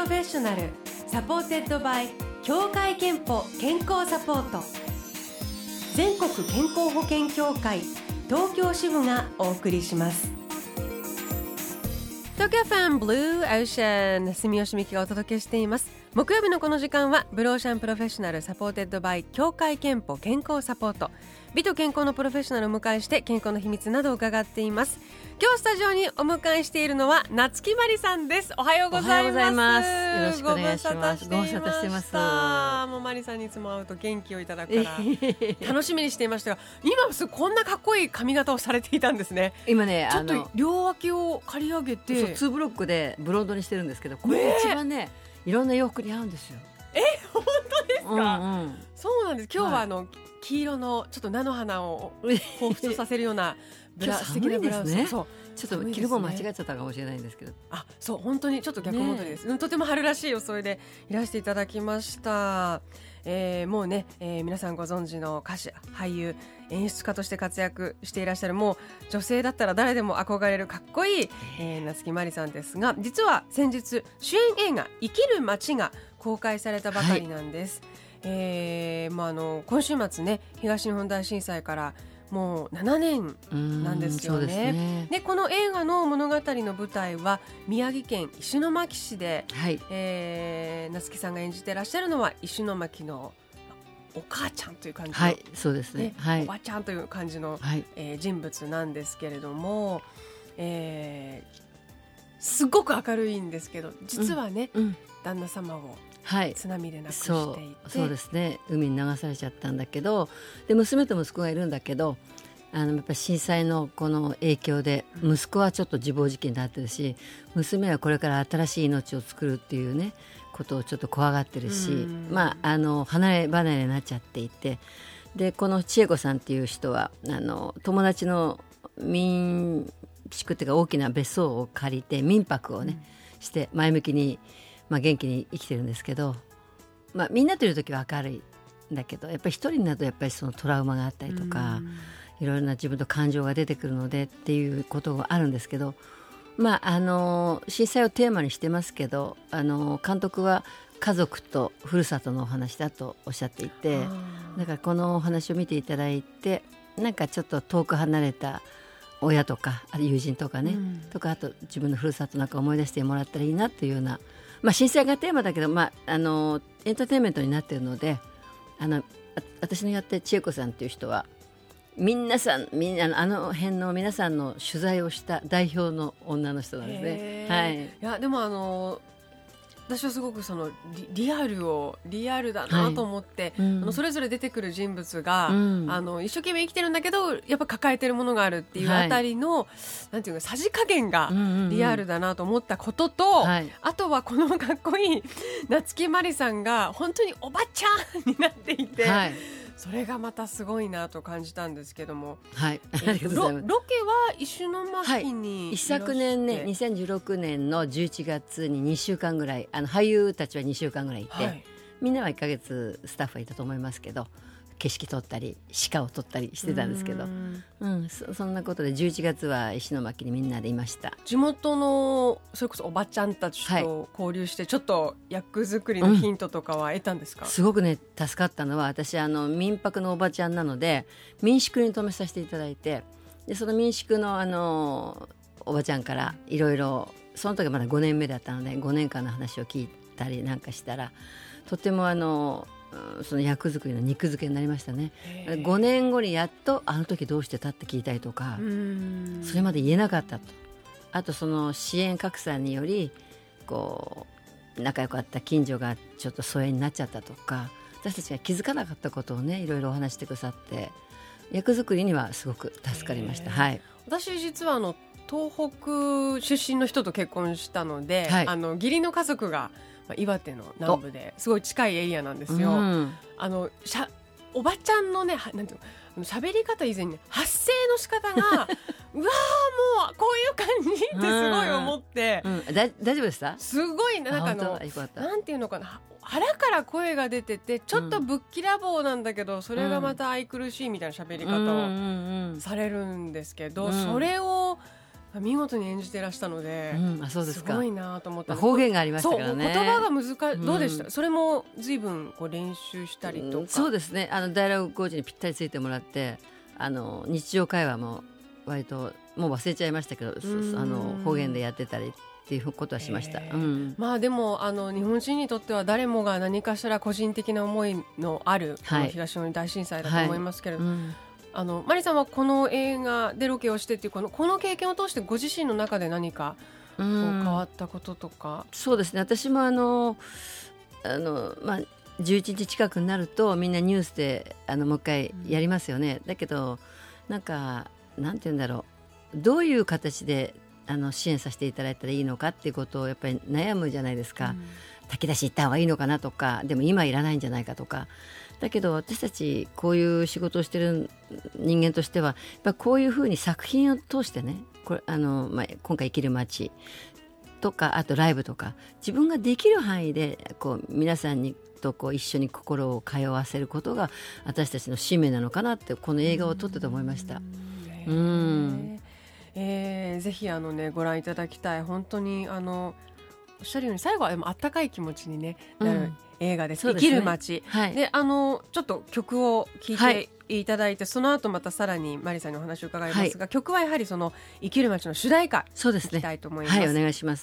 ロフェッショナルサポーテッドバイ協会憲法健康サポート、全国健康保険協会東京支部がお送りします。東京ファンブルーオーシャン、住吉美希がお届けしています。木曜日のこの時間はブルーオーシャンプロフェッショナルサポーテッドバイ協会憲法健康サポート、美と健康のプロフェッショナルを迎えして健康の秘密などを伺っています。今日スタジオにお迎えしているのは夏木マリさんです。おはようございます。 よろしくお願いします。 ご無沙汰してます。もうマリさんにいつも会うと元気をいただくから楽しみにしていましたが、今すぐこんなかっこいい髪型をされていたんですね。 今ね、 ちょっと両脇を刈り上げて 2ブロックでブロンドにしてるんですけど、これ一番ね、いろんな洋服に合うんですよ。 本当ですか？そうなんです。今日ははい、 黄色のちょっと菜の花を彷彿とさせるような素敵なブラウス、 ね、 そうちょっと着るもん間違えちゃったかもしれないんですけど、 そう本当にちょっと逆戻りです、とても春らしい装いでいらしていただきました。もうね、皆さんご存知の歌手、俳優、演出家として活躍していらっしゃる、もう女性だったら誰でも憧れるかっこいい、夏木マリさんですが、実は先日主演映画生きる街が公開されたばかりなんです。今週末ね、東日本大震災からもう7年なんですよ ね。でこの映画の物語の舞台は宮城県石巻市で、夏木さんが演じていらっしゃるのは石巻のお母ちゃんという感じの、 そうですね、 おばちゃんという感じの、人物なんですけれども、すごく明るいんですけど、実はね、旦那様を津波で亡くしていて、 そうですね、海に流されちゃったんだけど、で娘と息子がいるんだけど、やっぱり震災のこの影響で息子はちょっと自暴自棄になってるし、娘はこれから新しい命を作るっていうねことをちょっと怖がってるし、離れ離れになっちゃっていて、でこの千恵子さんっていう人は友達の民宿っていうか大きな別荘を借りて民泊をね、して前向きに元気に生きてるんですけど、みんなといる時は明るいんだけど、やっぱり一人になるとやっぱりそのトラウマがあったりとか、いろいろな自分の感情が出てくるのでっていうことがあるんですけど、震災をテーマにしてますけど、監督は家族とふるさとのお話だとおっしゃっていて、だからこのお話を見ていただいて、なんかちょっと遠く離れた親とか友人とかね、とかあと自分のふるさとなんか思い出してもらったらいいなというような、震災がテーマだけど、エンターテインメントになっているので、私のやって千恵子さんという人はみんなあの辺の皆さんの取材をした代表の女の人なんですね。 いやでも私はすごくそのリアルだなと思って、それぞれ出てくる人物が、一生懸命生きてるんだけどやっぱ抱えてるものがあるっていうあたりの、なんていうかさじ加減がリアルだなと思ったことと、あとはこのかっこいい夏木マリさんが本当におばちゃんになっていて、それがまたすごいなと感じたんですけども、ロケは石巻に、 一昨年ね、2016年の11月に2週間ぐらい、俳優たちは2週間ぐらいいて、みんなは1ヶ月スタッフはいたと思いますけど、景色撮ったり鹿を撮ったりしてたんですけど、そんなことで11月は石巻にみんなでいました。 地元のそれこそおばちゃんたちと交流して、ちょっと役作りのヒントとかは得たんですか？ すごくね助かったのは、私民泊のおばちゃんなので民宿に泊めさせていただいて、でその民宿のおばちゃんからいろいろ、その時はまだ5年目だったので5年間の話を聞いたりなんかしたら、とてもその役作りの肉付けになりましたね。5年後にやっとあの時どうしてたって聞いたりとか、それまで言えなかったと、あとその支援格差によりこう仲良かった近所がちょっと疎遠になっちゃったとか、私たちが気づかなかったことをねいろいろお話してくださって、役作りにはすごく助かりました。 私実は東北出身の人と結婚したので、義理の家族が岩手の南部ですごい近いエリアなんですよ。おばちゃんのね、なんていうの、喋り方以前に発声の仕方がうわーもうこういう感じってすごい思って、 大丈夫でした？ すごいなんかなんていうのかな、腹から声が出ててちょっとぶっきらぼうなんだけど、それがまた愛くるしいみたいな喋り方をされるんですけど、それを見事に演じてらしたので、 あ、そうですか。 すごいなと思った。 方言がありましたからね。 言葉が難しい。どうでした？それも随分練習したりとか。 そうですね。ダイアログコーチにぴったりついてもらって、日常会話も割ともう忘れちゃいましたけど、方言でやってたりっていうことはしました。 まあでも日本人にとっては誰もが何かしら個人的な思いのあるこの東日本大震災だと思いますけれども、マリさんはこの映画でロケをしてっていうこの経験を通してご自身の中で何か変わったこととか。 そうですね。私も11日近くになるとみんなニュースでもう一回やりますよね。だけどなんて言うんだろう、どういう形で支援させていただいたらいいのかっていうことをやっぱり悩むじゃないですか。炊き出し行った方がいいのかなとか、でも今いらないんじゃないかとか。だけど私たちこういう仕事をしてる人間としてはやっぱこういうふうに作品を通してね、これ今回生きる街とか、あとライブとか自分ができる範囲で皆さんにと一緒に心を通わせることが私たちの使命なのかなってこの映画を撮ってて思いました。 ぜひご覧いただきたい。本当におっしゃるように最後はあったかい気持ちに、なる映画です。生きる街、でちょっと曲を聴いていただいて、その後またさらにマリさんにお話を伺いますが、曲はやはりその生きる街の主題歌いきたいと思います。 お願いします。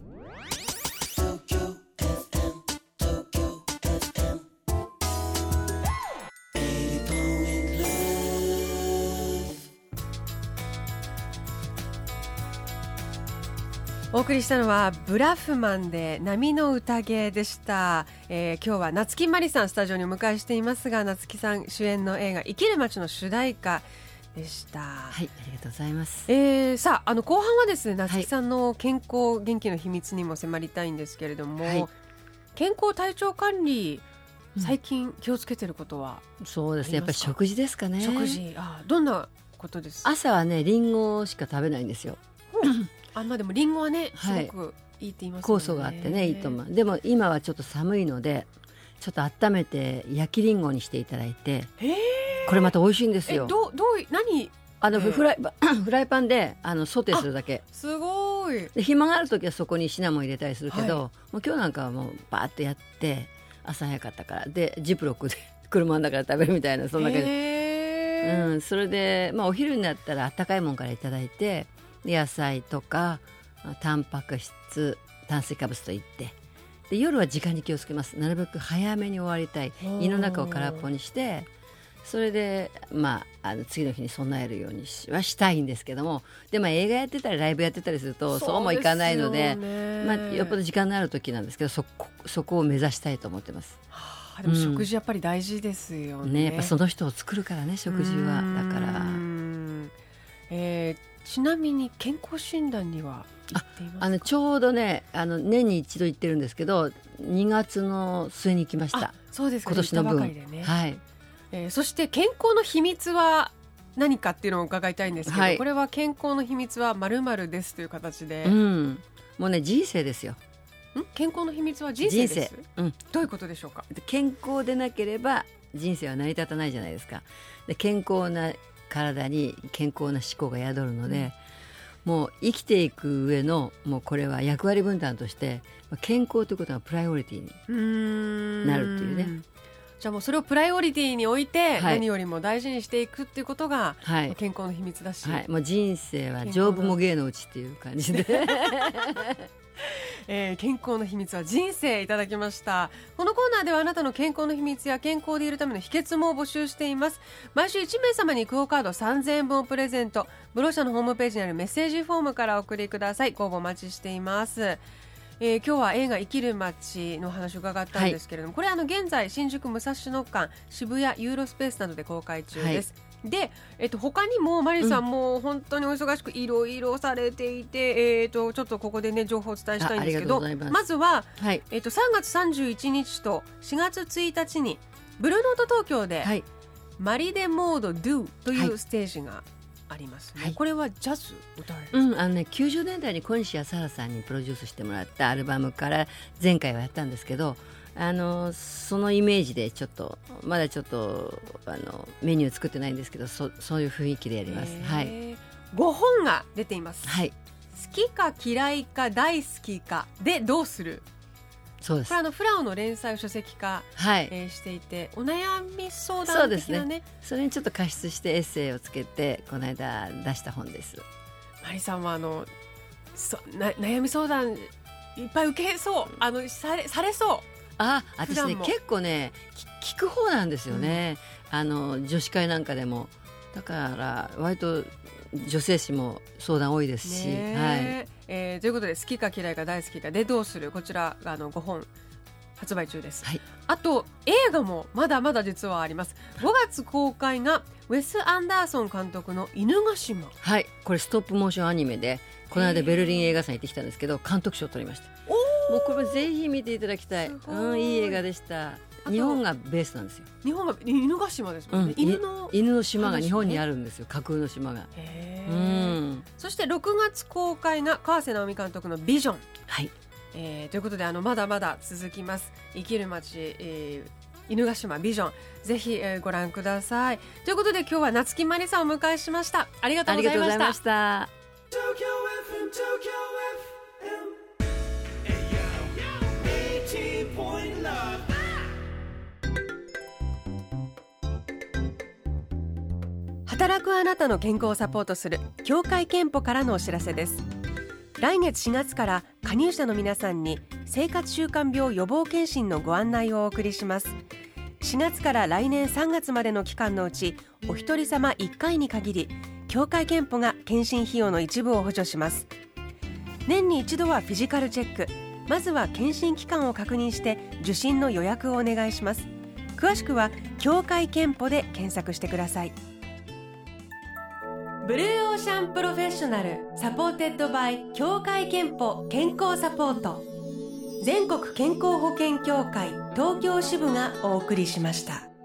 お送りしたのはブラフマンで波の宴でした。今日は夏木マリさんスタジオにお迎えしていますが、夏木さん主演の映画生きる街の主題歌でした。 はい、ありがとうございます。 さあ後半はですね、夏木さんの健康元気の秘密にも迫りたいんですけれども、健康体調管理最近気をつけてることは？ そうですね、やっぱり食事ですかね。 食事、どんなことですか？ 朝はねリンゴしか食べないんですよ。 でもリンゴはねすごくいいって言いますよね。酵素があってねいいと思う。でも今はちょっと寒いのでちょっと温めて焼きリンゴにしていただいて、これまた美味しいんですよ。何フライパンでソテーするだけ。 すごい。 で暇がある時はそこにシナモン入れたりするけど、もう今日なんかはもうバーッとやって朝早かったからでジップロックで車の中で食べるみたいな、そんな感じ。それで、お昼になったら温かいもんからいただいて、野菜とかタンパク質炭水化物といって、で夜は時間に気をつけます。なるべく早めに終わりたい。胃の中を空っぽにして、それで次の日に備えるようにはしたいんですけども、で映画やってたりライブやってたりするとそうもいかないので、よっぽど時間のある時なんですけど、そこを目指したいと思ってます。 でも食事やっぱり大事ですよね。 やっぱその人を作るからね、食事は。だから、 ちなみに健康診断には行っていますか？ ちょうどね年に一度行ってるんですけど、2月の末に行きました。 そうですか。 今年の分。 そして健康の秘密は何かっていうのを伺いたいんですけど、これは健康の秘密は〇〇ですという形で、 もうね人生ですよ。 健康の秘密は人生です。どういうことでしょうか？ 健康でなければ人生は成り立たないじゃないですか。で健康な体に健康な思考が宿るので、もう生きていく上のもうこれは役割分担として健康ということがプライオリティになるっていうね。 じゃあもうそれをプライオリティに置いて何よりも大事にしていくっていうことが健康の秘密だし、 もう人生は丈夫も芸のうちっていう感じで健康の秘密は人生いただきました。このコーナーではあなたの健康の秘密や健康でいるための秘訣も募集しています。毎週1名様にクオカード3000円分をプレゼント。ブロシャのホームページにあるメッセージフォームからお送りください。ご応募お待ちしています。今日は映画生きる街の話を伺ったんですけれども、これ現在新宿武蔵野間渋谷ユーロスペースなどで公開中です。で、他にもマリさんも本当にお忙しくいろいろされていて、ちょっとここでね情報をお伝えしたいんですけど、まずは、3月31日と4月1日にブルーノート東京で、マリデモード Do というステージがありますね。これはジャズ歌われるんですか ？90年代に小西康原さんにプロデュースしてもらったアルバムから前回はやったんですけど、そのイメージでちょっとメニュー作ってないんですけど、そういう雰囲気でやります。 5本が出ています。 はい、 好きか嫌いか大好きかでどうする。 そうです。 これフラオの連載を書籍化、 はい、 していて、お悩み相そう談ですね。 的なね。 それにちょっと加筆してエッセイをつけてこの間出した本です。 マリさんは悩み相談いっぱい受けそう、されそう。 私ね結構ね聞く方なんですよね、女子会なんかでも。だから割と女性誌も相談多いですし、はい。 ということで好きか嫌いか大好きかでどうする、こちらが5本発売中です、 はい。 あと映画もまだまだ実はあります。5月公開がウェス・アンダーソン監督の犬ヶ島。 はい、これストップモーションアニメでこの間ベルリン映画祭行ってきたんですけど監督賞を取りました。もうこれぜひ見ていただきたい。いい映画でした。日本がベースなんですよ。 日本が犬ヶ島ですもんね、犬の島が日本にあるんですよ。架空の島が。 そして6月公開が河瀬直美監督のビジョン。 はい。 ということでまだまだ続きます。生きる街、犬ヶ島ビジョン、ぜひ、ご覧ください。ということで今日は夏木マリさんをお迎えしました。ありがとうございました。働くあなたの健康をサポートする協会憲法からのお知らせです。来月4月から加入者の皆さんに生活習慣病予防検診のご案内をお送りします。4月から来年3月までの期間のうちお一人様1回に限り協会憲法が検診費用の一部を補助します。年に一度はフィジカルチェック、まずは検診期間を確認して受診の予約をお願いします。詳しくは協会憲法で検索してください。ブルーオーシャンプロフェッショナルサポーテッドバイ協会憲法健康サポート、全国健康保険協会東京支部がお送りしました。